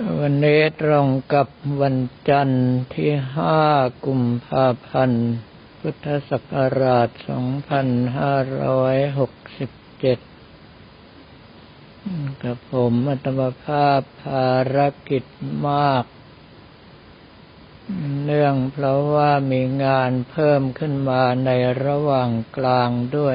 วันนี้ตรงกับวันจันทร์ที่5 กุมภาพันธ์ พุทธศักราช 2567 กับผมอัตมภาพภารกิจมากเนื่องเพราะว่ามีงานเพิ่มขึ้นมาในระหว่างกลางด้วย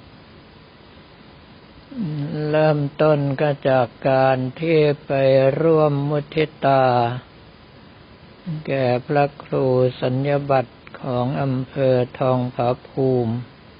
เริ่มต้นก็จากการที่ไปร่วมมุทิตาแก่พระครูสัญญบัตรของอำเภอทองผาภูมิ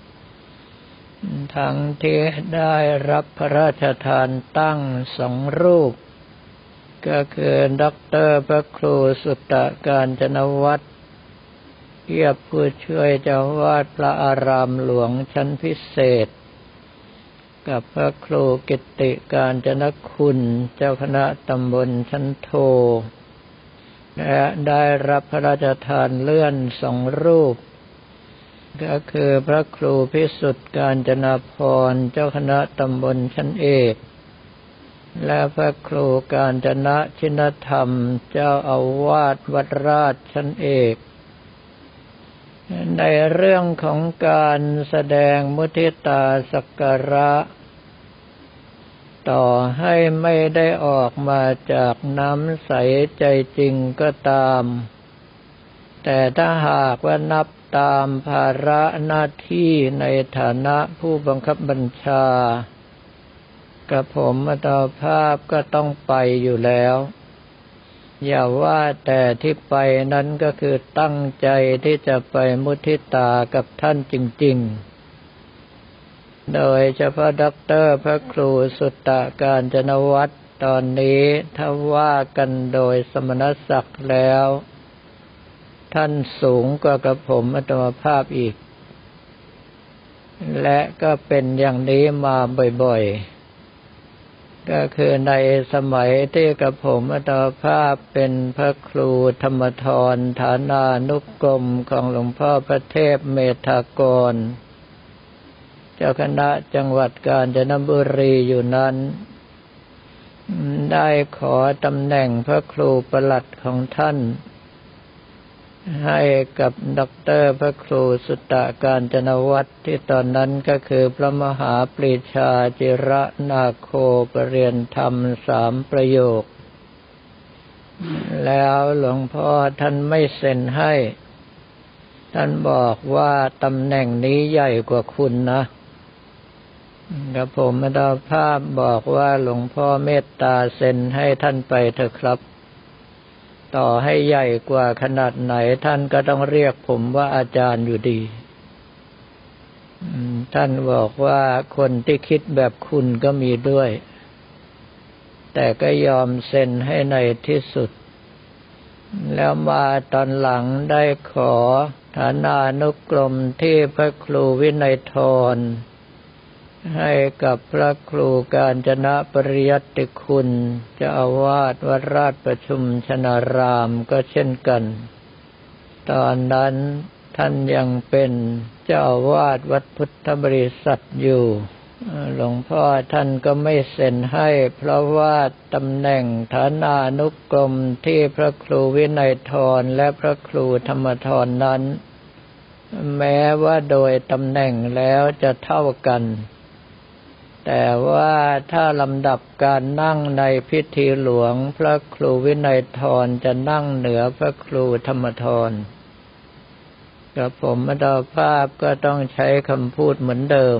ทั้งที่ได้รับพระราชทานตั้ง2 รูปก็คือด็อกเตอร์พระครูสุตตะกาญจนวัฒน์เทียบผู้ช่วยเจ้าวาดพระอารามหลวงชั้นพิเศษกับพระครูกิตติกาญจนคุณเจ้าคณะตำบลชั้นโทและได้รับพระราชทานเลื่อน2 รูปก็คือพระครูพิสุทธิ์กาญจนาภรณ์เจ้าคณะตำบลชั้นเอกและพระครูกาญจนะชินธรรมเจ้าอาวาสวัดราชชั้นเอกในเรื่องของการแสดงมุทิตาสักการะต่อให้ไม่ได้ออกมาจากน้ำใสใจจริงก็ตามแต่ถ้าหากว่านับตามภาระหน้าที่ในฐานะผู้บังคับบัญชากระผมอัตภาพก็ต้องไปอยู่แล้วอย่าว่าแต่ที่ไปนั้นก็คือตั้งใจที่จะไปมุทิตากับท่านจริงๆโดยเฉพาะด็อกเตอร์พระครูสุตตะกาญจนวัฒน์ตอนนี้ถ้าว่ากันโดยสมณศักดิ์แล้วท่านสูงกว่ากระผมอัตภาพอีกและก็เป็นอย่างนี้มาบ่อยๆก็คือในสมัยที่กระผมอัตภาพเป็นพระครูธรรมธรฐานานุกรมของหลวงพ่อพระเทพเมธากรเจ้าคณะจังหวัดกาญจนบุรีอยู่นั้นได้ขอตำแหน่งพระครูประหลัดของท่านให้กับด็อกเตอร์พระครูสุตตะกาญจนวัฒน์ที่ตอนนั้นก็คือพระมหาปรีชาจิระนาโคปรริยนธรรม3 ประโยคแล้วหลวงพ่อท่านไม่เซ็นให้ท่านบอกว่าตำแหน่งนี้ใหญ่กว่าคุณนะกับผมอัตภาพบอกว่าหลวงพ่อเมตตาเซ็นให้ท่านไปเถอะครับต่อให้ใหญ่กว่าขนาดไหนท่านก็ต้องเรียกผมว่าอาจารย์อยู่ดีท่านบอกว่าคนที่คิดแบบคุณก็มีด้วยแต่ก็ยอมเซ็นให้ในที่สุดแล้วมาตอนหลังได้ขอฐานานุกรมที่พระครูวินัยธรให้กับพระครูกาญจนะปริยัตติคุณเจ้าอาวาสวัดราชประชุมชนารามก็เช่นกันตอนนั้นท่านยังเป็นเจ้าอาวาสวัดพุทธบริษัทอยู่หลวงพ่อท่านก็ไม่เซ็นให้เพราะว่าตำแหน่งฐานานุกรมที่พระครูวินัยธรและพระครูธรรมธรนั้นแม้ว่าโดยตำแหน่งแล้วจะเท่ากันแต่ว่าถ้าลำดับการนั่งในพิธีหลวงพระครูวินัยธรจะนั่งเหนือพระครูธรรมธรกับผมอัตภาพก็ต้องใช้คำพูดเหมือนเดิม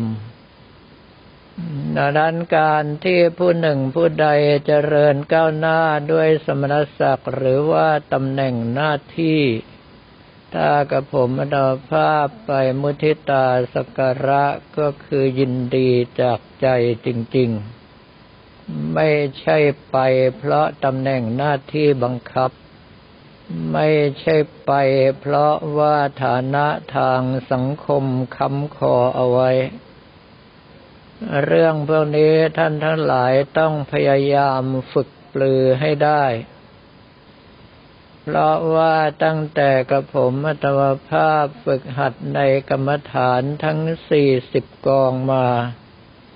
ดังนั้นการที่ผู้หนึ่งผู้ใดเจริญก้าวหน้าด้วยสมณศักดิ์หรือว่าตำแหน่งหน้าที่ถ้ากับผมอัตภาพไปมุทิตาสักการะก็คือยินดีจากใจจริงๆไม่ใช่ไปเพราะตำแหน่งหน้าที่บังคับไม่ใช่ไปเพราะว่าฐานะทางสังคมค้ำคอเอาไว้เรื่องพวกนี้ท่านทั้งหลายต้องพยายามฝึกปรือให้ได้เพราะว่าตั้งแต่กับผมอัตภาพฝึกหัดในกรรมฐานทั้ง40 กองมา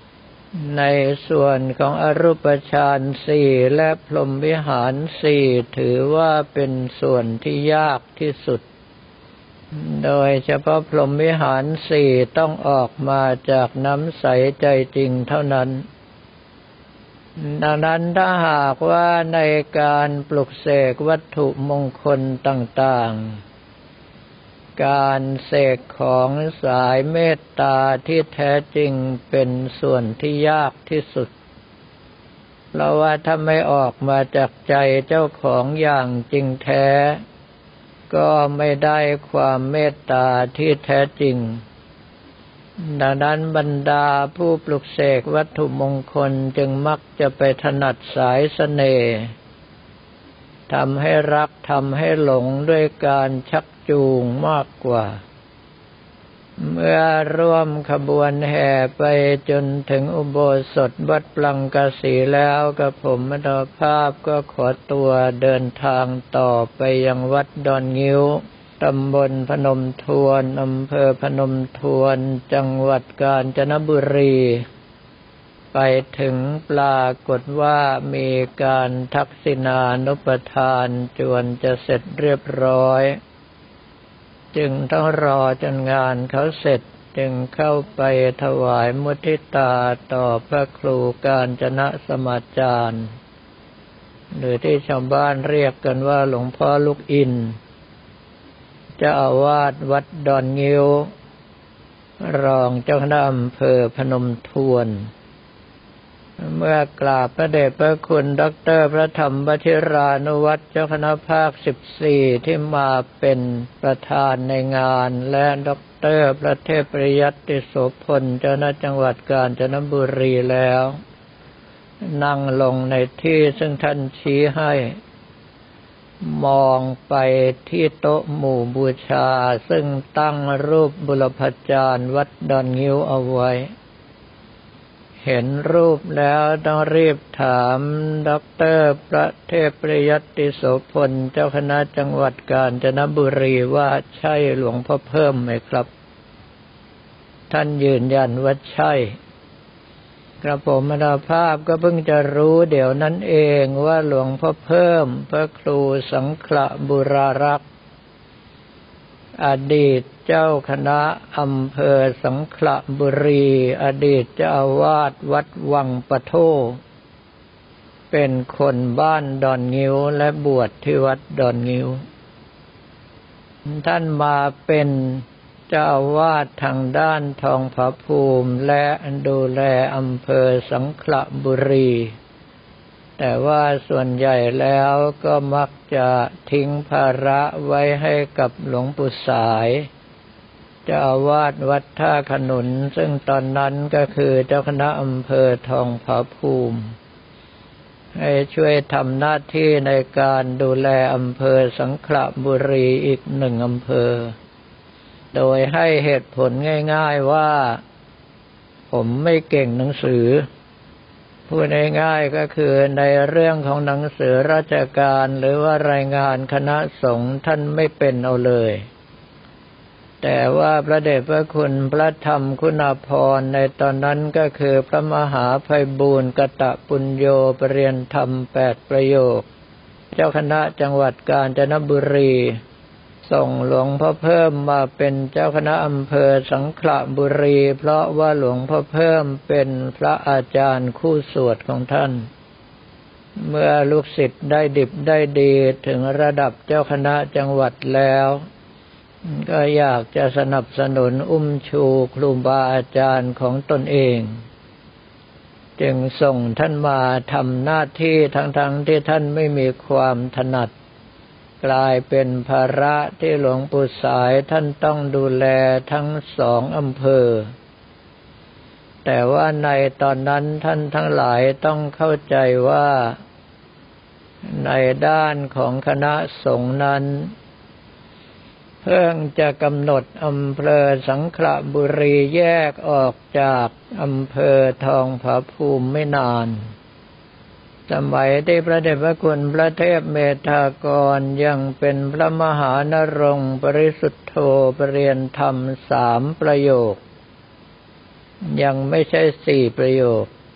ในส่วนของอรูปฌานสี่และพรหมวิหารสี่ถือว่าเป็นส่วนที่ยากที่สุดโดยเฉพาะพรหมวิหารสี่ต้องออกมาจากน้ำใสใจจริงเท่านั้นดังนั้นถ้าหากว่าในการปลุกเสกวัตถุมงคลต่างๆการเสกของสายเมตตาที่แท้จริงเป็นส่วนที่ยากที่สุดเพราะว่าถ้าไม่ออกมาจากใจเจ้าของอย่างจริงแท้ก็ไม่ได้ความเมตตาที่แท้จริงดังนั้นบรรดาผู้ปลุกเสกวัตถุมงคลจึงมักจะไปถนัดสายเสน่ห์ทำให้รักทำให้หลงด้วยการชักจูงมากกว่าเมื่อร่วมขบวนแห่ไปจนถึงอุโบสถวัดปลังกสีแล้วกับผมอัตภาพก็ขอตัวเดินทางต่อไปยังวัดดอนงิ้วตำบลพนมทวนอำเภอพนมทวนจังหวัดกาญจนบุรีไปถึงปรากฏว่ามีการทักษิณานุปทานจวนจะเสร็จเรียบร้อยจึงต้องรอจนงานเขาเสร็จจึงเข้าไปถวายมุทิตาต่อพระครูกาญจนสมาจารย์หรือที่ชาวบ้านเรียกกันว่าหลวงพ่อลูกอินเจ้าอาวาสวัดดอนงิ้วรองเจ้าคณะอำเภอพนมทวนเมื่อกราบพระเดชพระคุณดร.พระธรรมวชิรานุวัตรเจ้าคณะภาค14ที่มาเป็นประธานในงานและดร.พระเทพปริยัติโสพลเจ้าคณะจังหวัดกาญจนบุรีแล้วนั่งลงในที่ซึ่งท่านชี้ให้มองไปที่โต๊ะหมู่บูชาซึ่งตั้งรูปบุรพจารย์วัดดอนงิ้วเอาไว้เห็นรูปแล้วต้องรีบถามดร.พระเทพปริยัติโสพลเจ้าคณะจังหวัดกาญจนบุรีว่าใช่หลวงพ่อเพิ่มไหมครับท่านยืนยันว่าใช่กระผมอัตภาพก็เพิ่งจะรู้เดี๋ยวนั้นเองว่าหลวงพ่อเพิ่มพระครูสังขละบุรารักษ์อดีตเจ้าคณะอำเภอสังขละบุรีอดีตเจ้าอาวาสวัดวังปะโทเป็นคนบ้านดอนงิ้วและบวชที่วัดดอนงิ้วท่านมาเป็นเจ้าอาวาสทางด้านทองผาภูมิและดูแลอำเภอสังขละบุรีแต่ว่าส่วนใหญ่แล้วก็มักจะทิ้งภาระไว้ให้กับหลวงปู่สายเจ้าอาวาสวัดท่าขนุนซึ่งตอนนั้นก็คือเจ้าคณะอำเภอทองผาภูมิให้ช่วยทำหน้าที่ในการดูแลอำเภอสังขละบุรีอีกหนึ่งอำเภอโดยให้เหตุผลง่ายๆว่าผมไม่เก่งหนังสือพูดง่ายๆก็คือในเรื่องของหนังสือราชการหรือว่ารายงานคณะสงฆ์ท่านไม่เป็นเอาเลยแต่ว่าพระเดชพระคุณพระธรรมคุณาภรณ์ในตอนนั้นก็คือพระมหาไพบูลย์กตปุญโญปรริยนธรรม8ประโยคเจ้าคณะจังหวัดกาญจนบุรีส่งหลวงพ่อเพิ่มมาเป็นเจ้าคณะอำเภอสังขละบุรีเพราะว่าหลวงพ่อเพิ่มเป็นพระอาจารย์คู่สวดของท่านเมื่อลูกศิษย์ได้ดิบได้ดีถึงระดับเจ้าคณะจังหวัดแล้วก็อยากจะสนับสนุนอุ้มชูครูบาอาจารย์ของตนเองจึงส่งท่านมาทำหน้าที่ทั้งที่ท่านไม่มีความถนัดกลายเป็นภาระที่หลวงปู่สายท่านต้องดูแลทั้ง2อำเภอแต่ว่าในตอนนั้นท่านทั้งหลายต้องเข้าใจว่าในด้านของคณะสงฆ์นั้นเพิ่งจะกำหนดอำเภอสังขละบุรีแยกออกจากอำเภอทองผาภูมิไม่นานสมัยที่พระเดชพระคุณพระเทพเมธากรยังเป็นพระมหานรงค์ปริสุทธโธปรริยนธรรม3ประโยคยังไม่ใช่4ประโยค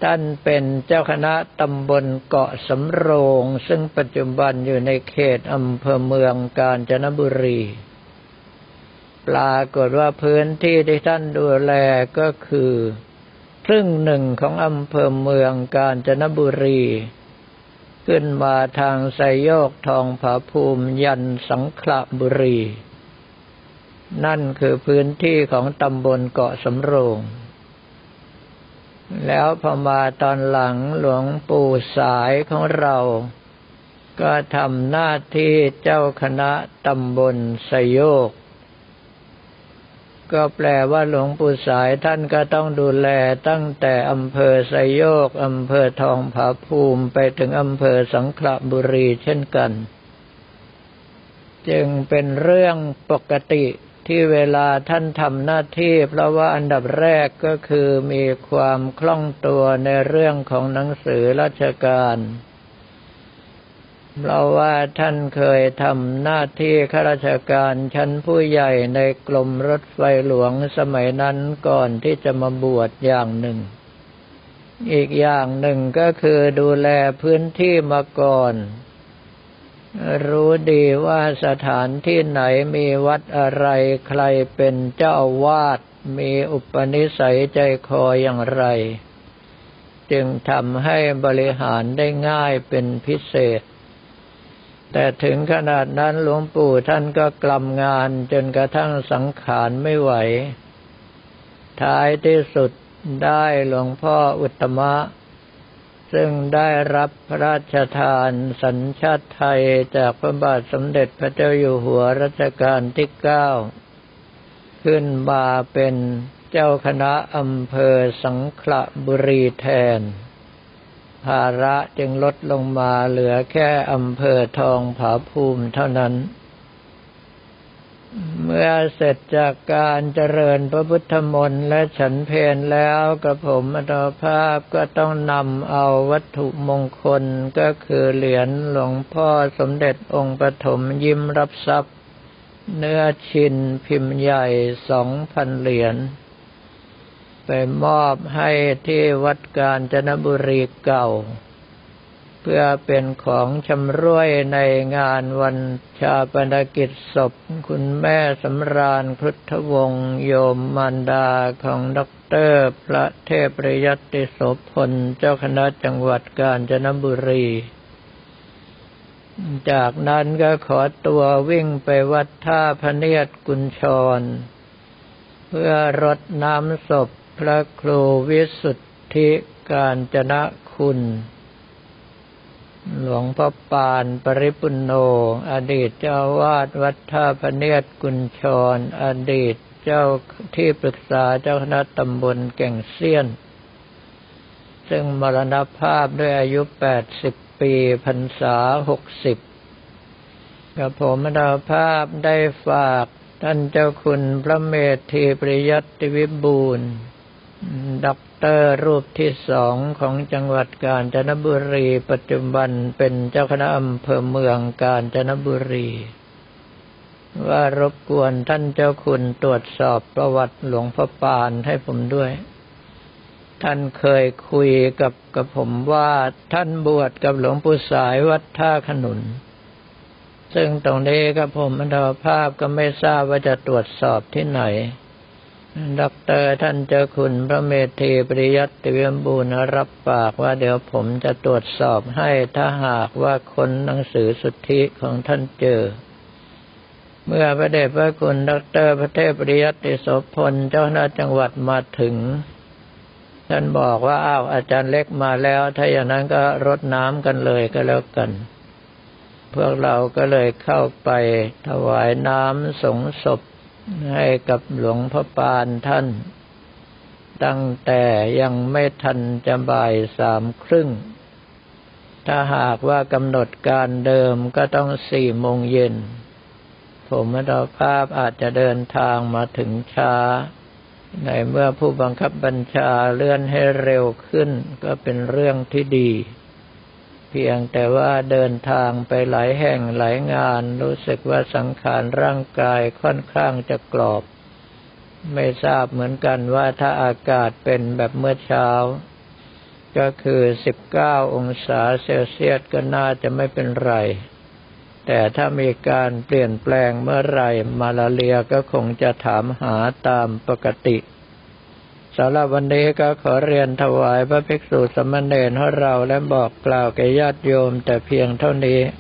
ท่านเป็นเจ้าคณะตำบลเกาะสำโรงซึ่งปัจจุบันอยู่ในเขตอำเภอเมืองกาญจนบุรีปรากฏว่าพื้นที่ที่ท่านดูแลก็คือครึ่งหนึ่งของอำเภอเมืองกาญจนบุรีขึ้นมาทางไซโยกทองผาภูมิยันสังขละบุรีนั่นคือพื้นที่ของตำบลเกาะสำโรงแล้วพอมาตอนหลังหลวงปู่สายของเราก็ทำหน้าที่เจ้าคณะตำบลไซโยกก็แปลว่าหลวงปู่สายท่านก็ต้องดูแลตั้งแต่อำเภอไซโยกอำเภอทองผาภูมิไปถึงอำเภอสังขละบุรีเช่นกันจึงเป็นเรื่องปกติที่เวลาท่านทำหน้าที่เพราะว่าอันดับแรกก็คือมีความคล่องตัวในเรื่องของหนังสือราชการเพราะว่าท่านเคยทำหน้าที่ข้าราชการชั้นผู้ใหญ่ในกรมรถไฟหลวงสมัยนั้นก่อนที่จะมาบวชอย่างหนึ่งอีกอย่างหนึ่งก็คือดูแลพื้นที่มาก่อนรู้ดีว่าสถานที่ไหนมีวัดอะไรใครเป็นเจ้าอาวาสมีอุปนิสัยใจคออย่างไรจึงทำให้บริหารได้ง่ายเป็นพิเศษแต่ถึงขนาดนั้นหลวงปู่ท่านก็กลำงานจนกระทั่งสังขารไม่ไหวท้ายที่สุดได้หลวงพ่ออุตตมะซึ่งได้รับพระราชทานสัญชาติไทยจากพระบาทสมเด็จพระเจ้าอยู่หัวรัชกาลที่ 9ขึ้นมาเป็นเจ้าคณะอำเภอสังขละบุรีแทนภาระจึงลดลงมาเหลือแค่อำเภอทองผาภูมิเท่านั้นเมื่อเสร็จจากการเจริญพระพุทธมนต์และฉันเพลแล้วกระผมอัตภาพก็ต้องนำเอาวัตถุมงคลก็คือเหรียญหลวงพ่อสมเด็จองค์ปฐมยิ้มรับทรัพย์เนื้อชินพิมพ์ใหญ่ 2,000 เหรียญไปมอบให้ที่วัดกาญจนบุรีเก่าเพื่อเป็นของชำร่วยในงานวันชาปนกิจศพคุณแม่สำราญครุฑวงศ์โยมมารดาของดร.พระเทพประยัตติโสพลเจ้าคณะจังหวัดกาญจนบุรีจากนั้นก็ขอตัววิ่งไปวัดท่าพระเนียดกุญชรเพื่อรดน้ำศพพระครูวิสุทธิกาญจนคุณหลวงพ่อปานปริปุณโญอดีตเจ้าอาวาสวัดท่าพระเนียดกุญชรอดีตเจ้าที่ปรึกษาเจ้าคณะตำบลแก่งเซียนซึ่งมรณภาพด้วยอายุ80 ปีพรรษา60กับผมอัตภาพได้ฝากท่านเจ้าคุณพระเมธีปริยัติวิบูลย์ด็อกเตอร์รูปที่ 2ของจังหวัดกาญจนบุรีปัจจุบันเป็นเจ้าคณะอำเภอเมืองกาญจนบุรีว่ารบกวนท่านเจ้าคุณตรวจสอบประวัติหลวงพ่อปานให้ผมด้วยท่านเคยคุยกับผมว่าท่านบวชกับหลวงปู่สายวัดท่าขนุนซึ่งตรงนี้กับผมอัตภาพก็ไม่ทราบว่าจะตรวจสอบที่ไหนด็อกเตอร์ท่านเจ้าคุณพระเมธีปริยัติวิบูลย์รับปากว่าเดี๋ยวผมจะตรวจสอบให้ถ้าหากว่าค้นหนังสือสุทธิของท่านเจอเมื่อพระเดชพระคุณด็อกเตอร์พระเทพปริยัติโสพลเจ้าคณะจังหวัดมาถึงท่านบอกว่าอ้าวอาจารย์เล็กมาแล้วถ้าอย่างนั้นก็รดน้ำกันเลยก็แล้วกันพวกเราก็เลยเข้าไปถวายน้ำสงศพให้กับหลวงพ่อปานท่านตั้งแต่ยังไม่ทันจะบ่าย 3:30ถ้าหากว่ากำหนดการเดิมก็ต้อง 4:00 นผมอัตภาพอาจจะเดินทางมาถึงช้าในเมื่อผู้บังคับบัญชาเลื่อนให้เร็วขึ้นก็เป็นเรื่องที่ดีเพียงแต่ว่าเดินทางไปหลายแห่งหลายงานรู้สึกว่าสังขารร่างกายค่อนข้างจะกรอบไม่ทราบเหมือนกันว่าถ้าอากาศเป็นแบบเมื่อเช้าก็คือ19 องศาเซลเซียสก็น่าจะไม่เป็นไรแต่ถ้ามีการเปลี่ยนแปลงเมื่อไหร่มาลาเรียก็คงจะถามหาตามปกติสำหรับวันนี้ก็ขอเรียนถวายพระภิกษุสามเณรของเราและบอกกล่าวแก่ญาติโยมแต่เพียงเท่านี้